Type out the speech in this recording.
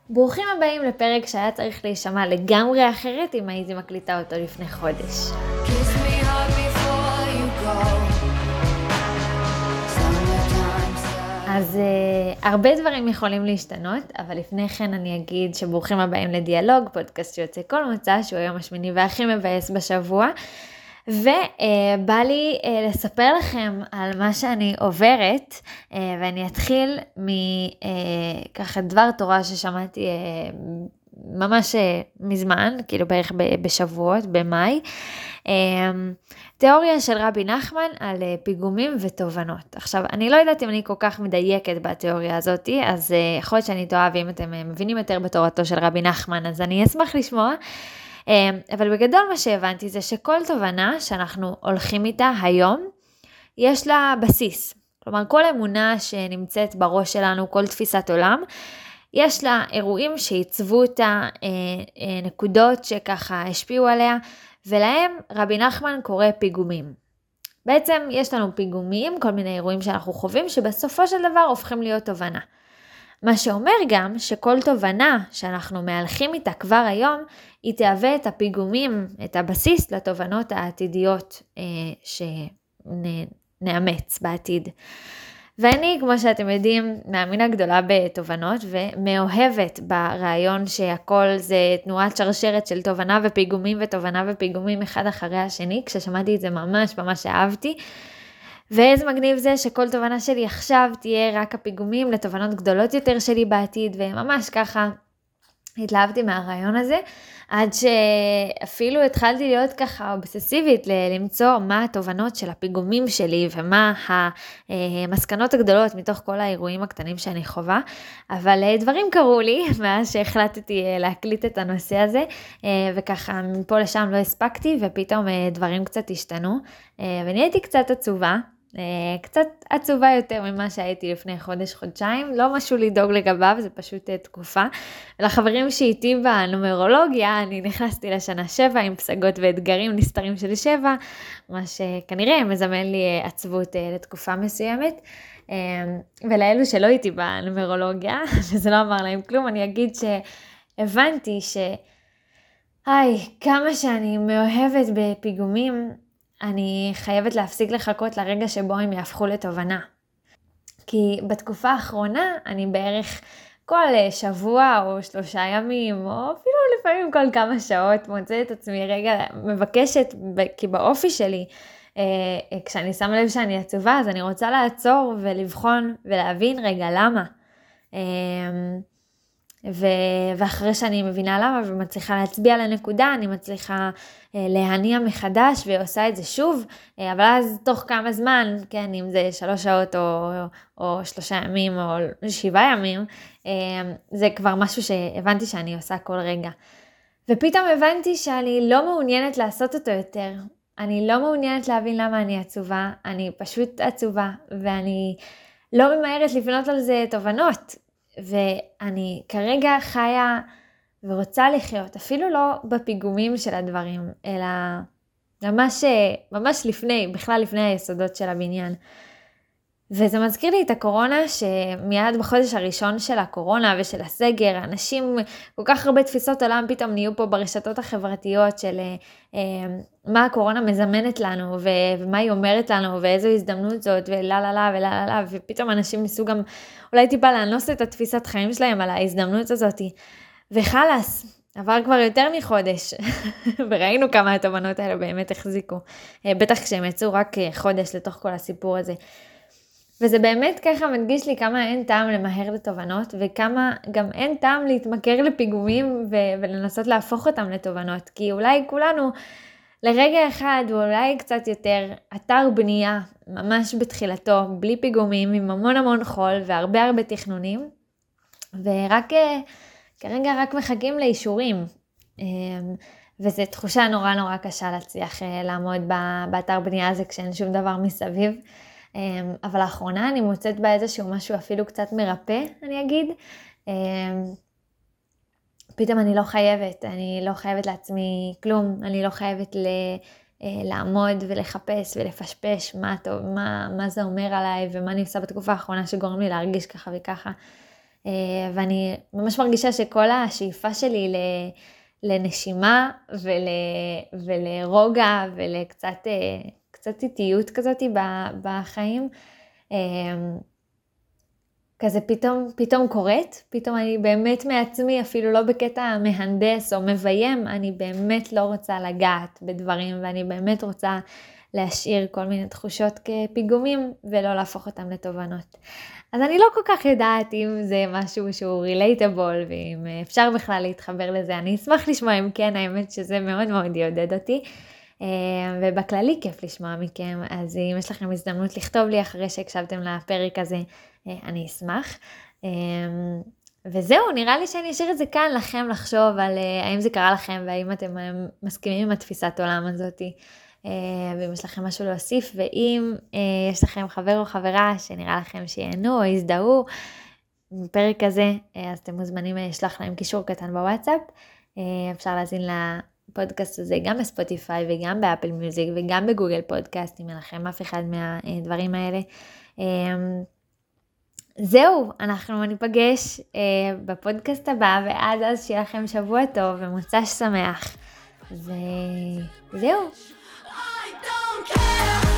ברוכים הבאים לפרק שהיה צריך להישמע לגמרי אחרת אם הייתי מקליטה אותו לפני חודש. Kiss me hard before you go. Summertime אז הרבה דברים יכולים להשתנות, אבל לפני כן אני אגיד שברוכים הבאים לדיאלוג, פודקאסט שיוצא כל מוצא, שהוא היום השמיני והכי מבאס בשבוע. ובא לי לספר לכם על מה שאני עוברת, ואני אתחיל מככה דבר תורה ששמעתי ממש מזמן, כאילו בערך בשבועות, במאי, תיאוריה של רבי נחמן על פיגומים ותובנות. עכשיו, אני לא יודעת אם אני כל כך מדייקת בתיאוריה הזאת, אז יכול להיות שאני טועה, ואם אתם מבינים יותר בתורתו של רבי נחמן, אז אני אשמח לשמוע. אבל בגדול מה שהבנתי זה שכל תובנה שאנחנו הולכים איתה היום, יש לה בסיס. כלומר, כל אמונה שנמצאת בראש שלנו, כל תפיסת עולם, יש לה אירועים שעיצבו אותה, נקודות שככה השפיעו עליה, ולהם רבי נחמן קורא פיגומים. בעצם יש לנו פיגומים, כל מיני אירועים שאנחנו חווים, שבסופו של דבר הופכים להיות תובנה. מה שאומר גם שכל תובנה שאנחנו מהלכים איתה כבר היום, היא תהווה את הפיגומים, את הבסיס לתובנות העתידיות שנאמץ בעתיד. ואני, כמו שאתם יודעים, מאמינה גדולה בתובנות ומאוהבת ברעיון שהכל זה תנועת שרשרת של תובנה ופיגומים ותובנה ופיגומים אחד אחרי השני. כששמעתי את זה ממש אהבתי. ואיזה מגניב זה שכל תובנה שלי עכשיו תהיה רק הפיגומים לתובנות גדולות יותר שלי בעתיד, וממש ככה התלהבתי מהרעיון הזה, עד שאפילו התחלתי להיות ככה אובססיבית למצוא מה התובנות של הפיגומים שלי, ומה המסקנות הגדולות מתוך כל האירועים הקטנים שאני חווה, אבל דברים קרו לי מאז שהחלטתי להקליט את הנושא הזה, וככה מפה לשם לא הספקתי, ופתאום דברים קצת השתנו, ואני הייתי קצת עצובה, קצת עצובה יותר ממה שהייתי לפני חודש-חודשיים, לא משהו לדאוג לגביו, זה פשוט תקופה. ולחברים שאיתי בנומרולוגיה, אני נכנסתי לשנה 7 עם פסגות ואתגרים נסתרים של 7, מה שכנראה מזמן לי עצבות לתקופה מסוימת. ולאלו שלא איתי בנומרולוגיה, וזה לא אמר להם כלום, אני אגיד שהבנתי כמה שאני מאוהבת בפיגומים, אני חייבת להפסיק לחכות לרגע שבו הם יהפכו לתובנה. כי בתקופה האחרונה אני בערך כל שבוע או 3 ימים, או אפילו לפעמים כל כמה שעות, מוצאת את עצמי רגע מבקשת, כי באופי שלי, כשאני שמה לב שאני עצובה, אז אני רוצה לעצור ולבחון ולהבין רגע למה. ואחרי שאני מבינה למה ומצליחה להצביע לנקודה, אני מצליחה להניע מחדש ועושה את זה שוב, אבל אז תוך כמה זמן, כן, אם זה 3 שעות או 3 ימים או 7 ימים, זה כבר משהו שהבנתי שאני עושה כל רגע. ופתאום הבנתי שאני לא מעוניינת לעשות אותו יותר. אני לא מעוניינת להבין למה אני עצובה, אני פשוט עצובה, ואני לא ממהרת לפנות על זה תובנות. ואני כרגע חיה ורוצה לחיות, אפילו לא בפיגומים של הדברים, אלא ממש לפני, בכלל לפני היסודות של הבניין. וזה מזכיר לי את הקורונה, שמיד בחודש הראשון של הקורונה ושל הסגר, אנשים, כל כך הרבה תפיסות עולם פתאום נהיו פה ברשתות החברתיות של מה הקורונה מזמנת לנו, ומה היא אומרת לנו, ואיזו הזדמנות זאת, וללה, ופתאום אנשים ניסו גם אולי טיפה לאנוס את התפיסת חיים שלהם על ההזדמנות הזאת. וחלס, עבר כבר יותר מחודש, וראינו כמה התובנות האלה באמת החזיקו, בטח כשהם יצאו רק חודש לתוך כל הסיפור הזה. וזה באמת ככה מדגיש לי כמה אין טעם למהר לתובנות, וכמה גם אין טעם להתמכר לפיגומים ולנסות להפוך אותם לתובנות. כי אולי כולנו לרגע אחד, או אולי קצת יותר, אתר בנייה ממש בתחילתו, בלי פיגומים, עם המון חול והרבה תכנונים, ורק כרגע רק מחכים לאישורים. וזו תחושה נורא קשה להצליח לעמוד באתר בנייה הזה כשאין שום דבר מסביב. אבל לאחרונה אני מוצאת בה איזשהו משהו אפילו קצת מרפא, אני אגיד. פתאום אני לא חייבת לעצמי כלום, אני לא חייבת לעמוד ולחפש ולפשפש מה זה אומר עליי ומה אני עושה בתקופה האחרונה שגורם לי להרגיש ככה וככה. ואני ממש מרגישה שכל השאיפה שלי לנשימה ולרוגע ולקצת קצת איטיות כזאת בחיים, כזה פתאום קורית, פתאום אני באמת מעצמי, אפילו לא בקטע מהנדס או מביים, אני באמת לא רוצה לגעת בדברים, ואני באמת רוצה להשאיר כל מיני תחושות כפיגומים, ולא להפוך אותם לתובנות. אז אני לא כל כך יודעת אם זה משהו שהוא relatable, ואם אפשר בכלל להתחבר לזה. אני אשמח לשמוע אם כן, האמת שזה מאוד מאוד יעודד אותי. ובכללי כיף לשמוע מכם, אז אם יש לכם הזדמנות לכתוב לי אחרי שהקשבתם לפרק הזה, אני אשמח. וזהו, נראה לי שאני אשאיר את זה כאן לכם לחשוב על האם זה קרה לכם, והאם אתם מסכימים עם התפיסת עולם הזאת, ואם יש לכם משהו להוסיף, ואם יש לכם חבר או חברה שנראה לכם שיהנו או יזדהו בפרק הזה, אז אתם מוזמנים לשלוח להם קישור קטן בוואטסאפ. אפשר להזין לפודקאסט הזה גם בספוטיפיי וגם באפל מיוזיק וגם בגוגל פודקאסט, אם אין לכם אף אחד מהדברים האלה. זהו, אנחנו ניפגש בפודקאסט הבא, ועד אז שיהיה לכם שבוע טוב ומוצ"ש שמח. וזהו. I don't care.